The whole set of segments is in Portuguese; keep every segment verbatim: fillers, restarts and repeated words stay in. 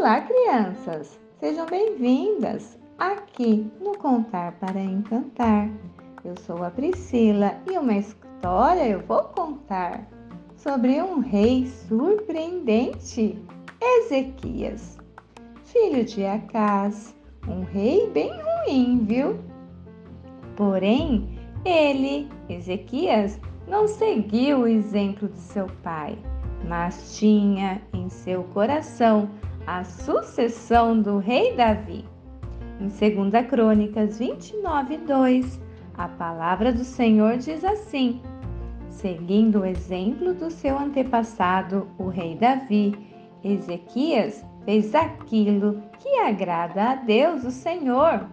Olá, crianças! Sejam bem-vindas aqui no Contar para Encantar. Eu sou a Priscila e uma história eu vou contar sobre um rei surpreendente, Ezequias, filho de Acaz, um rei bem ruim, viu? Porém, ele, Ezequias, não seguiu o exemplo de seu pai, mas tinha em seu coração a sucessão do rei Davi. Em segunda Crônicas vinte e nove, dois, a palavra do Senhor diz assim: seguindo o exemplo do seu antepassado, o rei Davi, Ezequias fez aquilo que agrada a Deus, o Senhor.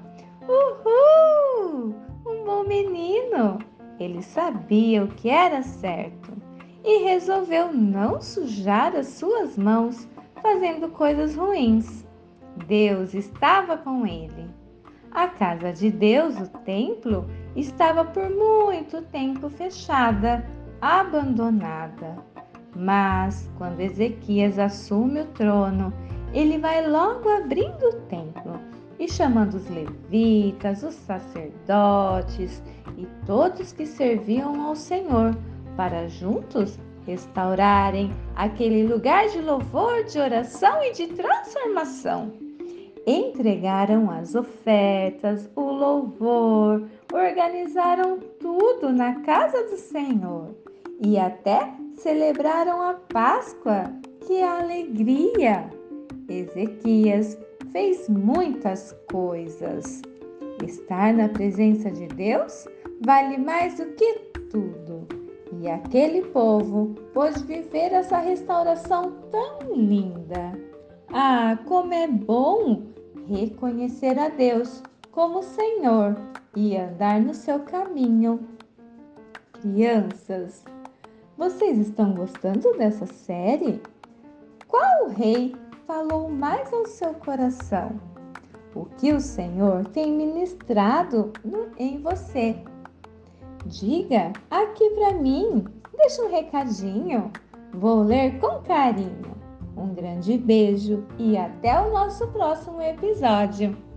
Uhul! Um bom menino! Ele sabia o que era certo e resolveu não sujar as suas mãos fazendo coisas ruins. Deus estava com ele. A casa de Deus, o templo, estava por muito tempo fechada, abandonada. Mas, quando Ezequias assume o trono, ele vai logo abrindo o templo e chamando os levitas, os sacerdotes e todos que serviam ao Senhor para juntos restaurarem aquele lugar de louvor, de oração e de transformação. Entregaram as ofertas, o louvor, organizaram tudo na casa do Senhor e até celebraram a Páscoa. Que alegria! Ezequias fez muitas coisas. Estar na presença de Deus vale mais do que tudo. E aquele povo pôde viver essa restauração tão linda. Ah, como é bom reconhecer a Deus como Senhor e andar no seu caminho. Crianças, vocês estão gostando dessa série? Qual rei falou mais ao seu coração? O que o Senhor tem ministrado no, em você? Diga aqui para mim, deixa um recadinho. Vou ler com carinho. Um grande beijo e até o nosso próximo episódio.